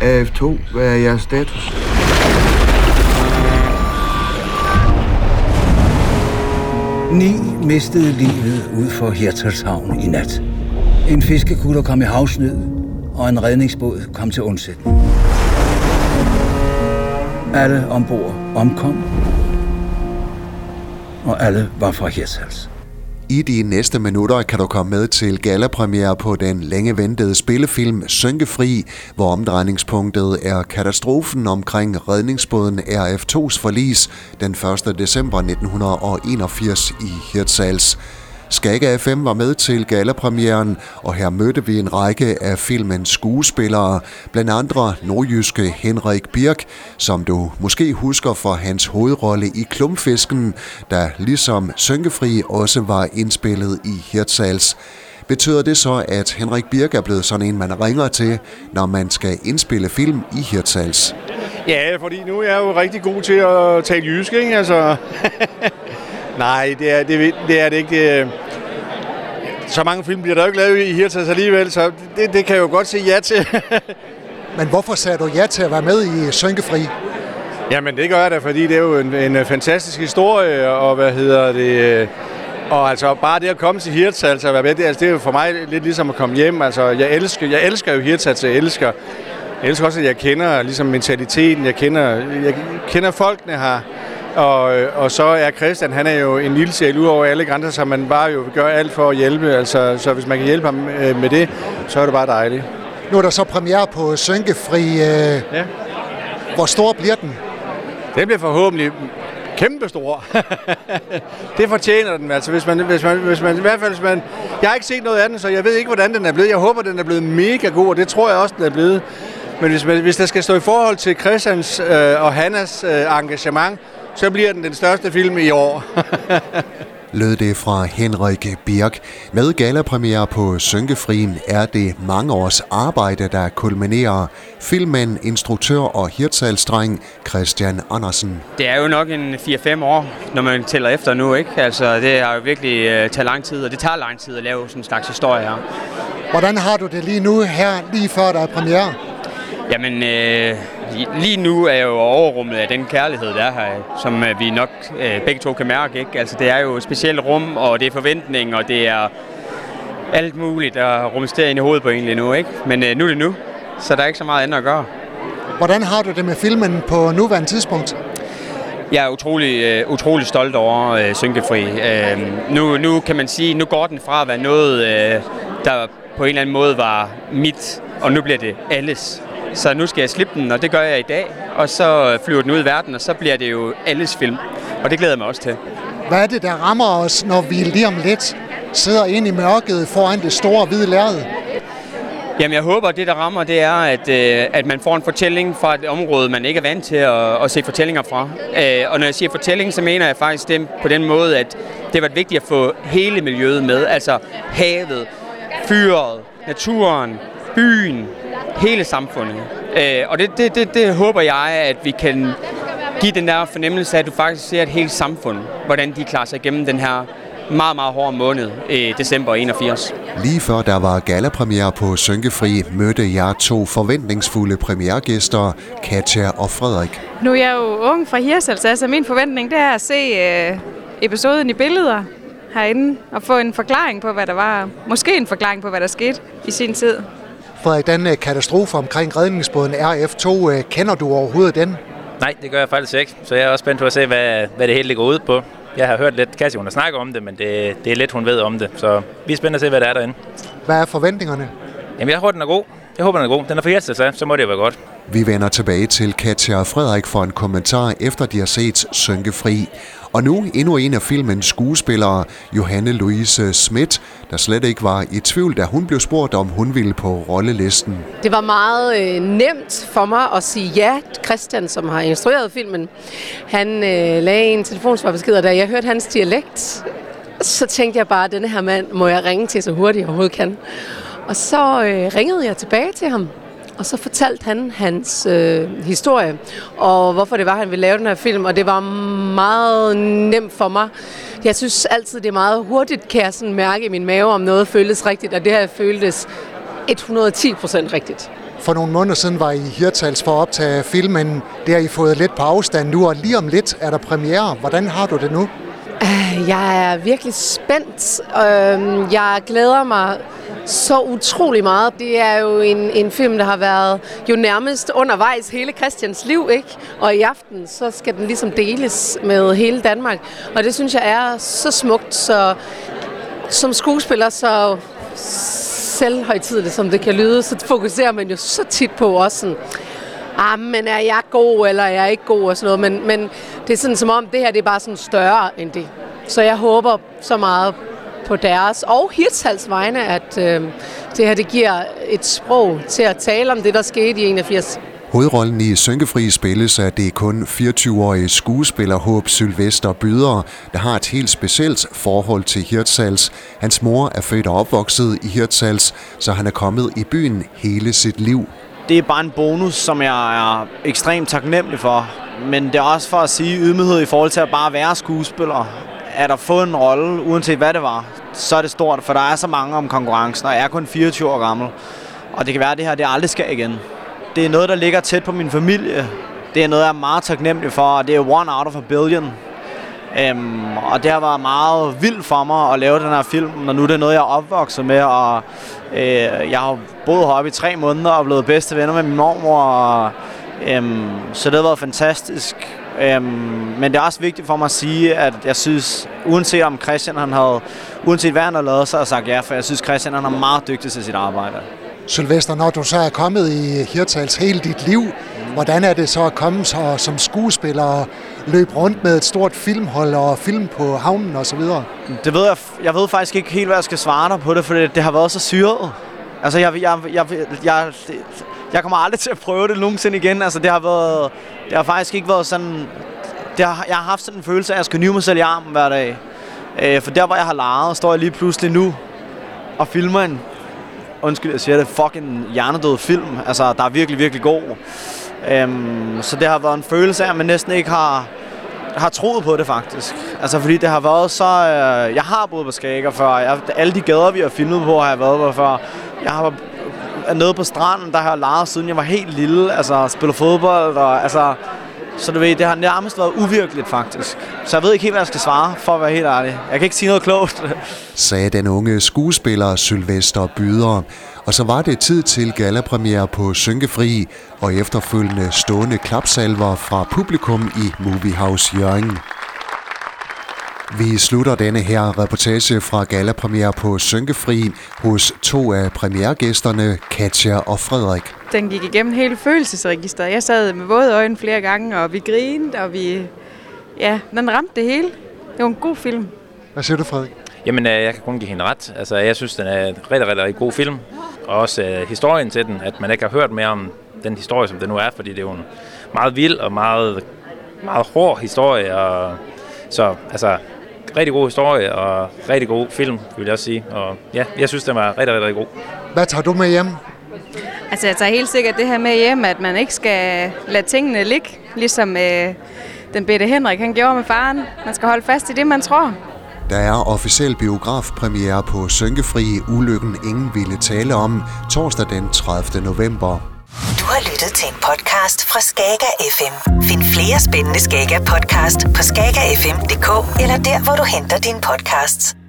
AF2, hvad er jeres status? Ni mistede livet ud for Hirtshals Havn i nat. En fiskekutter kom i havsnød, og en redningsbåd kom til undsætning. Alle ombord omkom, og alle var fra Hirtshals. I de næste minutter kan du komme med til gallapremiere på den længe ventede spillefilm Synkefri, hvor omdrejningspunktet er katastrofen omkring redningsbåden RF2's forlis den 1. december 1981 i Hirtshals. Skagga FM var med til gallapremieren, og her mødte vi en række af filmens skuespillere, blandt andre nordjyske Henrik Birk, som du måske husker for hans hovedrolle i Klumpfisken, der ligesom Synkefri også var indspillet i Hirtshals. Betyder det så, at Henrik Birk er blevet sådan en, man ringer til, når man skal indspille film i Hirtshals? Ja, fordi nu er jeg jo rigtig god til at tale jysk, ikke? Altså... Nej, det er det ikke. Så mange film bliver der jo ikke lavet i Hirtshals alligevel, så det kan jeg jo godt sige ja til. Men hvorfor sagde du ja til at være med i Synkefri? Jamen det gør jeg da, fordi det er jo en fantastisk historie, og og altså bare det at komme til Hirtshals og være med, det er jo for mig lidt ligesom at komme hjem. Altså jeg elsker jo Hirtshals, jeg elsker også, at jeg kender ligesom mentaliteten, jeg kender folkene her. Og så er Christian, han er jo en lille sjæl ud over alle grænser, så man bare jo gør alt for at hjælpe. Altså, så hvis man kan hjælpe ham med det, så er det bare dejligt. Nu er der så premiere på Synkefri. Ja. Hvor stor bliver den? Den bliver forhåbentlig kæmpestor. Det fortjener den. Altså, hvis man, jeg har ikke set noget af den, så jeg ved ikke, hvordan den er blevet. Jeg håber, den er blevet mega god, og det tror jeg også, den er blevet. Men hvis der skal stå i forhold til Christians og Hannas engagement, så bliver den største film i år. Lød det fra Henrik Birk. Med gallapremiere på Synkefrien er det mange års arbejde, der kulminerer. Filmmand, instruktør og Hirtshals-dreng Christian Andersen. Det er jo nok en 4-5 år, når man tæller efter nu, ikke? Altså, det har jo virkelig taget lang tid, og det tager lang tid at lave sådan en slags historie her. Hvordan har du det lige nu her, lige før der er premiere? Jamen, lige nu er jeg jo overrummet af den kærlighed, der er her, som vi nok begge to kan mærke, ikke? Altså, det er jo et specielt rum, og det er forventning, og det er alt muligt, der rumsterer ind i hovedet på egentlig nu, ikke? Men nu er det nu, så der er ikke så meget andet at gøre. Hvordan har du det med filmen på nuværende tidspunkt? Jeg er utrolig stolt over Synkefri. Nu kan man sige, nu går den fra at være noget, der på en eller anden måde var mit, og nu bliver det alles. Så nu skal jeg slippe den, og det gør jeg i dag, og så flyver den ud i verden, og så bliver det jo alles film, og det glæder jeg mig også til. Hvad er det, der rammer os, når vi lige om lidt sidder inde i mørket foran det store hvide lærred? Jamen jeg håber, at det der rammer, det er, at man får en fortælling fra et område, man ikke er vant til at se fortællinger fra. Og når jeg siger fortælling, så mener jeg faktisk det på den måde, at det var vigtigt at få hele miljøet med, altså havet, fyret, naturen, byen, hele samfundet. Og det håber jeg, at vi kan give den der fornemmelse af, at du faktisk ser et helt samfund, hvordan de klarer sig igennem den her meget, meget hårde måned i december 81. Lige før der var gallapremiere på Synkefri, mødte jeg to forventningsfulde premiergæster, Katja og Frederik. Nu er jeg jo ung fra Hirtshals, altså min forventning det er at se episoden i billeder herinde og få en forklaring på, hvad der var. Måske en forklaring på, hvad der skete i sin tid. Frederik, den katastrofe omkring redningsbåden RF2, kender du overhovedet den? Nej, det gør jeg faktisk ikke, så jeg er også spændt på at se, hvad det hele går ud på. Jeg har hørt lidt, Katja, hun har snakket om det, men det er lidt, hun ved om det, så vi er spændte at se, hvad der er derinde. Hvad er forventningerne? Jamen, jeg håber, den er god. Den er for Hirtshals, så må det jo være godt. Vi vender tilbage til Katja og Frederik for en kommentar, efter de har set Synkefri. Og nu endnu en af filmens skuespillere, Johanne Louise Schmidt, der slet ikke var i tvivl, da hun blev spurgt, om hun ville på rollelisten. Det var meget nemt for mig at sige ja. Christian, som har instrueret filmen, han lagde en telefonsvarbesked, da jeg hørte hans dialekt, så tænkte jeg bare, at denne her mand må jeg ringe til så hurtigt jeg overhovedet kan. Og så ringede jeg tilbage til ham. Og så fortalte han hans historie, og hvorfor det var, han ville lave den her film, og det var meget nemt for mig. Jeg synes altid, det er meget hurtigt, kan jeg sådan mærke i min mave, om noget føles rigtigt, og det her føltes 110% rigtigt. for nogle måneder siden var I Hirtshals for at optage filmen. Det har I fået lidt på afstand nu, og lige om lidt er der premiere. Hvordan har du det nu? Jeg er virkelig spændt. Jeg glæder mig så utrolig meget. Det er jo en film, der har været jo nærmest undervejs hele Christians liv, ikke? Og i aften, så skal den ligesom deles med hele Danmark. Og det synes jeg er så smukt, så som skuespiller, så selvhøjtideligt, som det kan lyde, så fokuserer man jo så tit på også sådan, men er jeg god, eller er jeg ikke god, og sådan noget. Men det er sådan som om, det her det er bare sådan større end det. Så jeg håber så meget på deres og Hirtshals vegne, at det her det giver et sprog til at tale om det, der skete i 81. Hovedrollen i Synkefri spilles af det kun 24-årige skuespillerhåb Sylvester Byder, der har et helt specielt forhold til Hirtshals. Hans mor er født og opvokset i Hirtshals, så han er kommet i byen hele sit liv. Det er bare en bonus, som jeg er ekstremt taknemmelig for. Men det er også for at sige ydmyghed i forhold til at bare være skuespiller. At at få en rolle, uanset hvad det var, så er det stort, for der er så mange om konkurrencen, og jeg er kun 24 år gammel. Og det kan være, at det her det aldrig sker igen. Det er noget, der ligger tæt på min familie. Det er noget, jeg er meget taknemmelig for, og det er 1 out of a billion. Og det har været meget vildt for mig at lave den her film, når nu det er noget, jeg er opvokset med. Og jeg har boet heroppe i 3 måneder og blevet bedste venner med min mormor. Og, så det har været fantastisk. Men det er også vigtigt for mig at sige, at jeg synes, uanset om Christian uanset hvad han har lavet, så har jeg sagt ja, for jeg synes, Christian han er meget dygtig til sit arbejde. Sylvester, når du så er kommet i Hirtshals hele dit liv, hvordan er det så at komme så som skuespiller og løbe rundt med et stort filmhold og film på havnen og så videre? Det ved jeg ved faktisk ikke helt, hvad jeg skal svare dig på det, for det har været så syret. Altså, jeg kommer aldrig til at prøve det nogensinde igen. Altså, det har faktisk ikke været sådan. Jeg har haft sådan en følelse af, at jeg skal nyde mig selv i armen hver dag. For der, hvor jeg har leget, står jeg lige pludselig nu og filmer en, undskyld, jeg siger det, fucking hjernedød film. Altså, der er virkelig, virkelig god. Så det har været en følelse af, at man næsten ikke har troet på det, faktisk. Altså, fordi det har været så. Jeg har boet på Skager før. Alle de gader, vi har filmet på, har jeg været på før. Jeg har nede på stranden, der har jeg leget, siden jeg var helt lille. Altså, spiller fodbold og altså. Så du ved, det har nærmest været uvirkeligt, faktisk. Så jeg ved ikke helt, hvad jeg skal svare, for at være helt ærlig. Jeg kan ikke sige noget klogt. Sagde den unge skuespiller Sylvester Byder. Og så var det tid til gallapremiere på Synkefri og efterfølgende stående klapsalver fra publikum i Moviehouse Hjørring. Vi slutter denne her reportage fra gallapremiere på Synkefri hos 2 af premieregæsterne, Katja og Frederik. Den gik igennem hele følelsesregisteret. Jeg sad med våde øjne flere gange, og vi grinede, og den ramte det hele. Det var en god film. Hvad siger du, Frederik? Jamen, jeg kan kun give hende ret. Altså, jeg synes, den er en rigtig, rigtig god film. Og også historien til den, at man ikke har hørt mere om den historie, som det nu er, fordi det er jo en meget vild og meget, meget hård historie. Og så, altså, rigtig god historie og rigtig god film, vil jeg også sige. Og ja, jeg synes, den var rigtig, rigtig god. Hvad tager du med hjem? Altså, jeg tager helt sikkert det her med hjem, at man ikke skal lade tingene ligge, ligesom den bedte Henrik, han gjorde med faren. Man skal holde fast i det, man tror. Der er officiel biografpremiere på Synkefri, Ulykken ingen ville tale om, torsdag den 30. november. Du har lyttet til en podcast fra Skager FM. Find flere spændende Skager podcast på skagerfm.dk eller der, hvor du henter dine podcasts.